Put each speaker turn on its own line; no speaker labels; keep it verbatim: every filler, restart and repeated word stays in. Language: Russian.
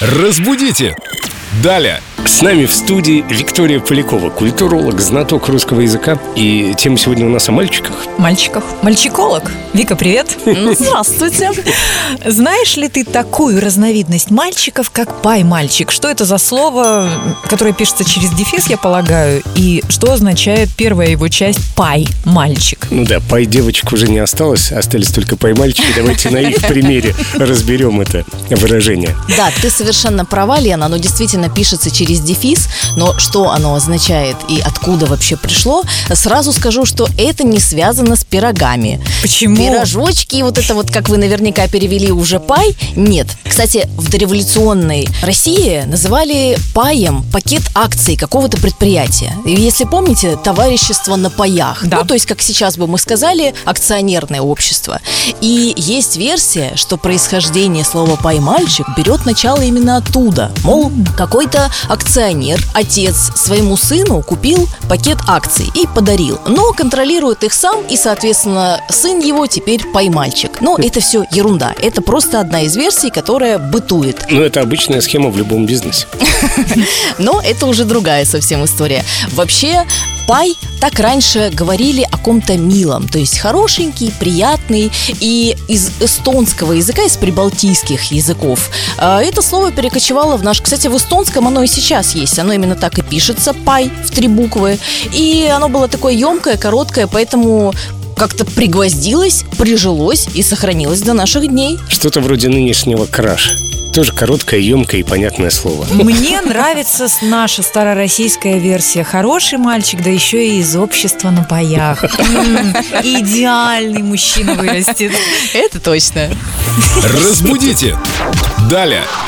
Разбудите! Далее! С нами в студии Виктория Полякова, культуролог, знаток русского языка. И тема сегодня у нас о мальчиках.
Мальчиках. Мальчиколог. Вика, привет. Здравствуйте. Знаешь ли ты такую разновидность мальчиков, как пай-мальчик? Что это за слово, которое пишется через дефис, я полагаю? И что означает первая его часть пай-мальчик?
Ну да, пай-девочек уже не осталось, остались только пай-мальчики. Давайте на их примере разберем это выражение.
Да, ты совершенно права, Лена. Оно действительно пишется через дефис, но что оно означает и откуда вообще пришло, сразу скажу, что это не связано с пирогами.
Почему?
Пирожочки, вот это вот, как вы наверняка перевели уже пай, нет. Кстати, в дореволюционной России называли паем пакет акций какого-то предприятия. И если помните, товарищество на паях.
Да.
Ну, то есть, как сейчас бы мы сказали, акционерное общество. И есть версия, что происхождение слова пай-мальчик берет начало именно оттуда. Мол, какой-то акционер, отец своему сыну купил пакет акций и подарил, но контролирует их сам, и, соответственно, сын его теперь пай-мальчик. Но это все ерунда. Это просто одна из версий, которая бытует.
Ну, это обычная схема в любом бизнесе.
Но это уже другая совсем история. Вообще, пай, так раньше говорили о ком-то милом, то есть хорошенький, приятный. И из эстонского языка, из прибалтийских языков это слово перекочевало в наш. Кстати, в эстонском оно и сейчас есть. Оно именно так и пишется, пай, в три буквы. И оно было такое емкое, короткое, поэтому как-то пригвоздилось, прижилось и сохранилось до наших дней.
Что-то вроде нынешнего краш. Тоже короткое, емкое и понятное слово.
Мне нравится наша старороссийская версия. Хороший мальчик, да еще и из общества на паях. М-м, идеальный мужчина вырастет.
Это точно.
Разбудите! Далее!